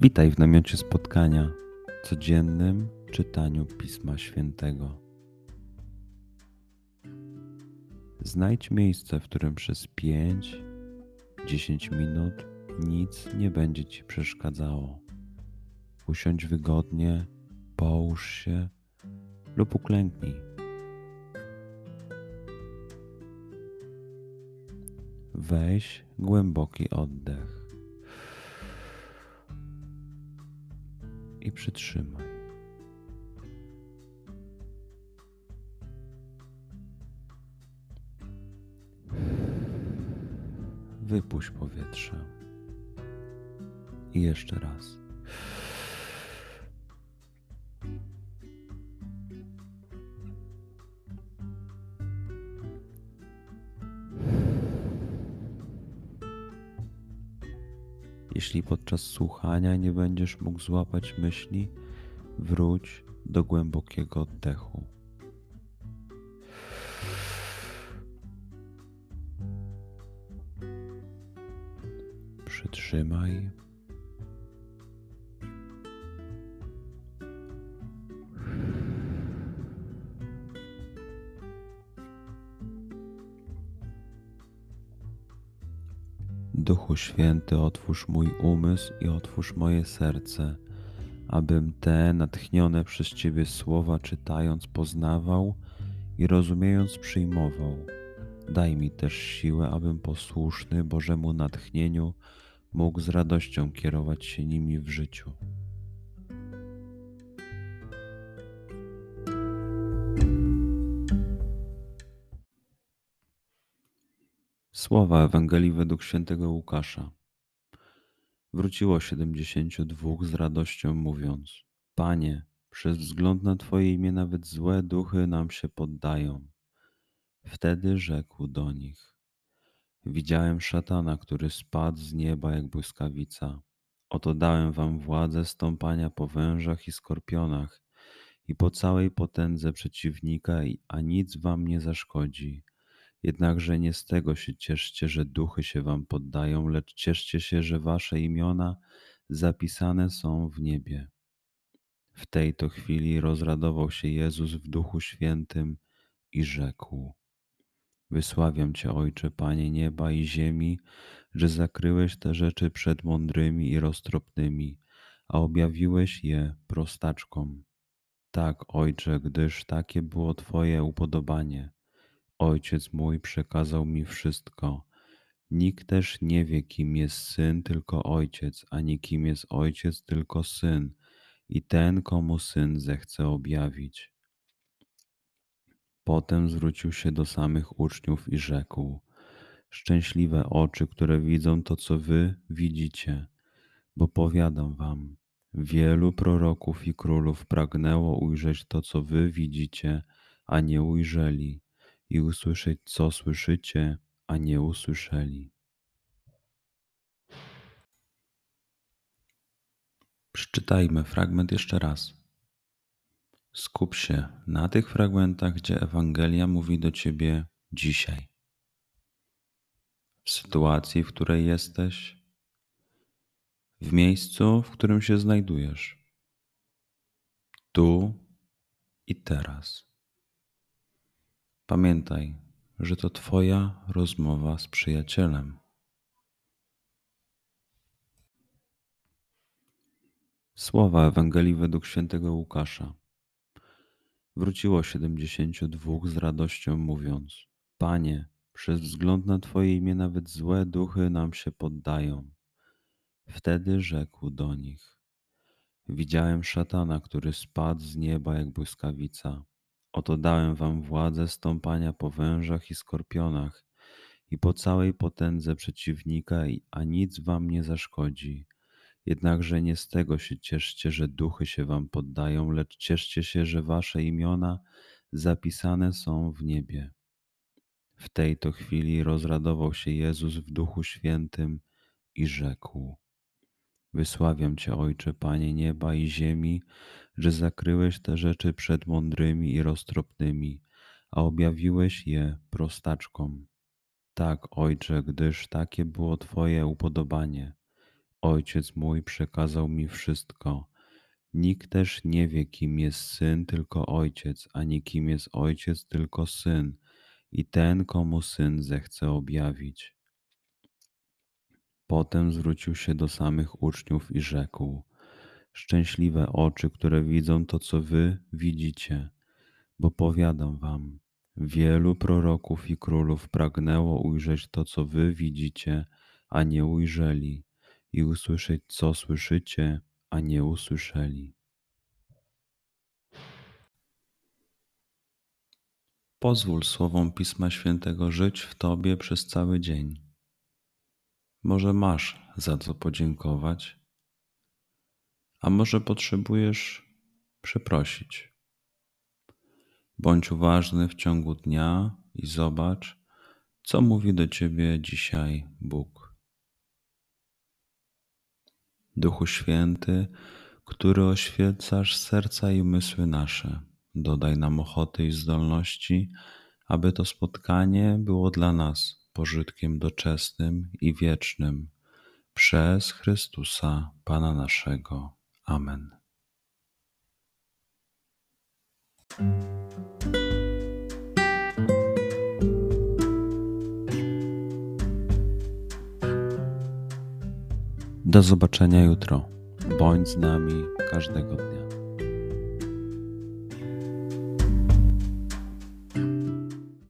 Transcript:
Witaj w namiocie spotkania, codziennym czytaniu Pisma Świętego. Znajdź miejsce, w którym przez 5-10 minut nic nie będzie Ci przeszkadzało. Usiądź wygodnie, połóż się lub uklęknij. Weź głęboki oddech i przytrzymaj. Wypuść powietrze. I jeszcze raz. Jeśli podczas słuchania nie będziesz mógł złapać myśli, wróć do głębokiego oddechu. Przytrzymaj. Duchu Święty, otwórz mój umysł i otwórz moje serce, abym te natchnione przez Ciebie słowa czytając poznawał i rozumiejąc przyjmował. Daj mi też siłę, abym posłuszny Bożemu natchnieniu mógł z radością kierować się nimi w życiu. Słowa Ewangelii według świętego Łukasza. Wróciło 72 z radością mówiąc: Panie, przez wzgląd na Twoje imię nawet złe duchy nam się poddają. Wtedy rzekł do nich: Widziałem szatana, który spadł z nieba jak błyskawica. Oto dałem wam władzę stąpania po wężach i skorpionach i po całej potędze przeciwnika, a nic wam nie zaszkodzi. Jednakże nie z tego się cieszcie, że duchy się wam poddają, lecz cieszcie się, że wasze imiona zapisane są w niebie. W tej to chwili rozradował się Jezus w Duchu Świętym i rzekł: Wysławiam Cię, Ojcze, Panie nieba i ziemi, że zakryłeś te rzeczy przed mądrymi i roztropnymi, a objawiłeś je prostaczkom. Tak, Ojcze, gdyż takie było Twoje upodobanie. Ojciec mój przekazał mi wszystko. Nikt też nie wie, kim jest Syn, tylko Ojciec, ani kim jest Ojciec, tylko Syn i ten, komu Syn zechce objawić. Potem zwrócił się do samych uczniów i rzekł: Szczęśliwe oczy, które widzą to, co wy widzicie, bo powiadam wam, wielu proroków i królów pragnęło ujrzeć to, co wy widzicie, a nie ujrzeli, i usłyszeć, co słyszycie, a nie usłyszeli. Przeczytajmy fragment jeszcze raz. Skup się na tych fragmentach, gdzie Ewangelia mówi do ciebie dzisiaj. W sytuacji, w której jesteś, w miejscu, w którym się znajdujesz, tu i teraz. Pamiętaj, że to Twoja rozmowa z przyjacielem. Słowa Ewangelii według świętego Łukasza. Wróciło 72 z radością mówiąc: Panie, przez wzgląd na Twoje imię nawet złe duchy nam się poddają. Wtedy rzekł do nich: Widziałem szatana, który spadł z nieba jak błyskawica. Oto dałem wam władzę stąpania po wężach i skorpionach i po całej potędze przeciwnika, a nic wam nie zaszkodzi. Jednakże nie z tego się cieszcie, że duchy się wam poddają, lecz cieszcie się, że wasze imiona zapisane są w niebie. W tej to chwili rozradował się Jezus w Duchu Świętym i rzekł: Wysławiam Cię, Ojcze, Panie nieba i ziemi, że zakryłeś te rzeczy przed mądrymi i roztropnymi, a objawiłeś je prostaczkom. Tak, Ojcze, gdyż takie było Twoje upodobanie. Ojciec mój przekazał mi wszystko. Nikt też nie wie, kim jest Syn, tylko Ojciec, ani kim jest Ojciec, tylko Syn i ten, komu Syn zechce objawić. Potem zwrócił się do samych uczniów i rzekł: Szczęśliwe oczy, które widzą to, co wy widzicie, bo powiadam wam, wielu proroków i królów pragnęło ujrzeć to, co wy widzicie, a nie ujrzeli, i usłyszeć, co słyszycie, a nie usłyszeli. Pozwól słowom Pisma Świętego żyć w Tobie przez cały dzień. Może masz za co podziękować, a może potrzebujesz przeprosić. Bądź uważny w ciągu dnia i zobacz, co mówi do Ciebie dzisiaj Bóg. Duchu Święty, który oświecasz serca i umysły nasze, dodaj nam ochoty i zdolności, aby to spotkanie było dla nas pożytkiem doczesnym i wiecznym. Przez Chrystusa, Pana naszego. Amen. Do zobaczenia jutro. Bądź z nami każdego dnia.